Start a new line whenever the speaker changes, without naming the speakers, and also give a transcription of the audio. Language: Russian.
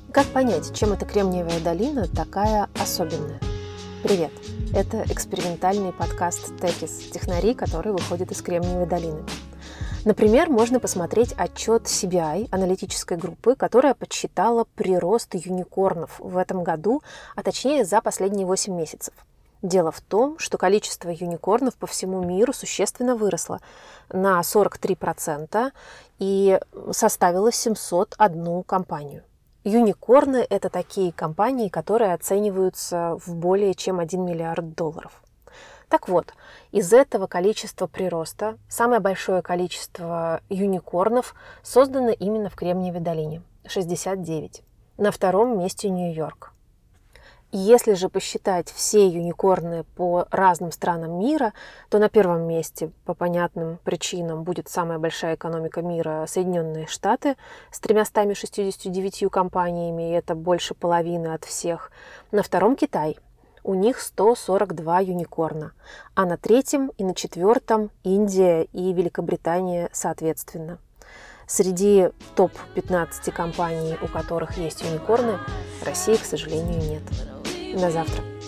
Как понять, чем эта Кремниевая долина такая особенная? Привет! Это экспериментальный подкаст «Текис» технари, который выходит из Кремниевой долины. Например, можно посмотреть отчет CBI, аналитической группы, которая подсчитала прирост юникорнов в этом году, а точнее за последние 8 месяцев. Дело в том, что количество юникорнов по всему миру существенно выросло на 43% и составило 701 компанию. Юникорны – это такие компании, которые оцениваются в более чем $1 миллиард. Так вот, из этого количества прироста самое большое количество юникорнов создано именно в Кремниевой долине – 69. На втором месте Нью-Йорк. Если же посчитать все юникорны по разным странам мира, то на первом месте по понятным причинам будет самая большая экономика мира – Соединенные Штаты с 369 компаниями, и это больше половины от всех. На втором – Китай. У них 142 юникорна, а на третьем и на четвертом – Индия и Великобритания соответственно. Среди топ-15 компаний, у которых есть юникорны, России, к сожалению, нет. До завтра.